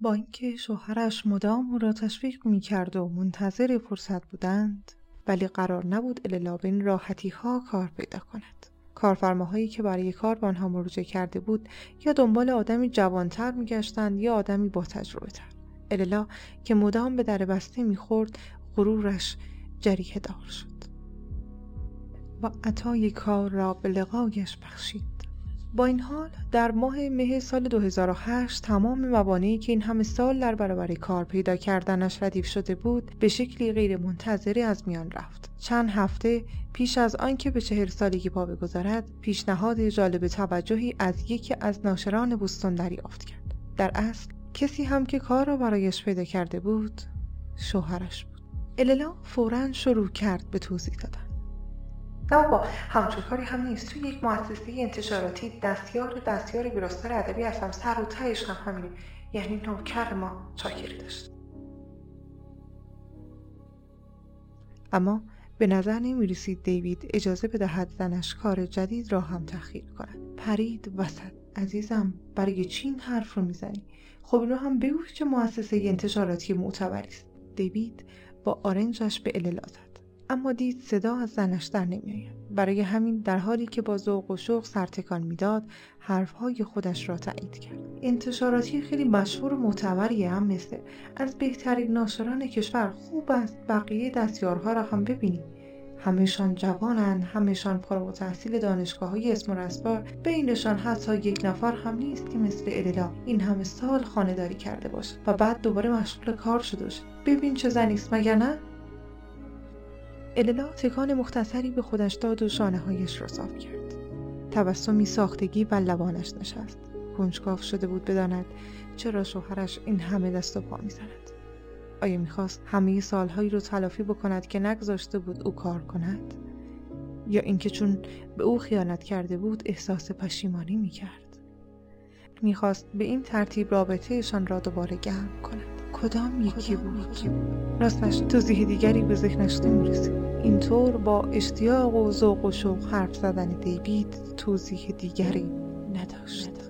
با اینکه شوهرش مدام او را تشویق می‌کرد و منتظر فرصت بودند، ولی قرار نبود اللا به این راحتی‌ها کار پیدا کند. کارفرماهایی که برای کار به آنها مراجعه کرده بود یا دنبال آدمی جوانتر می‌گشتند یا آدمی با تجربه‌تر. اللا که مدام به در بسته می‌خورد، غرورش جریحه دار شد و عطای کار را به لقایش بخشید. با این حال در ماه مه سال 2008 تمام موانعی که این همه سال در برابر کار پیدا کردنش ردیف شده بود به شکلی غیر منتظره از میان رفت. چند هفته پیش از آنکه به 40 سالگی پا بگذارد، پیشنهاد جالب توجهی از یکی از ناشران بوستون دریافت کرد. در اصل کسی هم که کار را برایش پیدا کرده بود شوهرش بود. اللا فوراً شروع کرد به توضیح دادن. نه بابا، همچون کاری هم نیست. توی یک مؤسسه انتشاراتی دستیار ویراستار ادبی هستم. سر و تهش هم همینه. یعنی نوکر ما چاکری داشت. اما به نظر نمی‌رسید دیوید اجازه بدهد زنش کار جدید را هم تأخیر کند. پرید وسط. عزیزم، برای چی این حرف رو میزنی؟ خب اینو هم بگو که مؤسسه انتشاراتی معتبری است. دیوید با آرنجش به اللا زد. اما دید صدا از زنش در نمی‌آید. برای همین در حالی که با ذوق و شوق سرتکان میداد، حرفهای خودش را تایید کرد. انتشاراتی خیلی مشهور و معتبریه، هم مثل از بهترین ناشران کشور. خوب است بقیه دستیارها را هم ببینید. همه‌شان جوانن، همه‌شان فارغ التحصیل دانشگاه‌های اسم و رسبار، بینشان حتی یک نفر هم نیست که مثل اللا این همه سال خانه‌داری کرده باشه و بعد دوباره مشغول کار شده باشه. ببین چه زنی است، مگر نه؟ اللا تکان مختصری به خودش داد و شانه‌هایش را صاف کرد. تبسمی ساختگی بر لبانش نشست. کنجکاو شده بود بداند چرا شوهرش این همه دست و پا می‌زند. آیا می‌خواست همه سال‌هایی رو تلافی بکند که نگذاشته بود او کار کند؟ یا اینکه چون به او خیانت کرده بود احساس پشیمانی می‌کرد؟ می‌خواست به این ترتیب رابطه‌شان را دوباره گرم کند. کدام یکی بود؟ راستش توضیح دیگری به ذهنش نمی‌رسید. اینطور با اشتیاق و ذوق و شوق حرف زدن دیوید توضیح دیگری نداشت.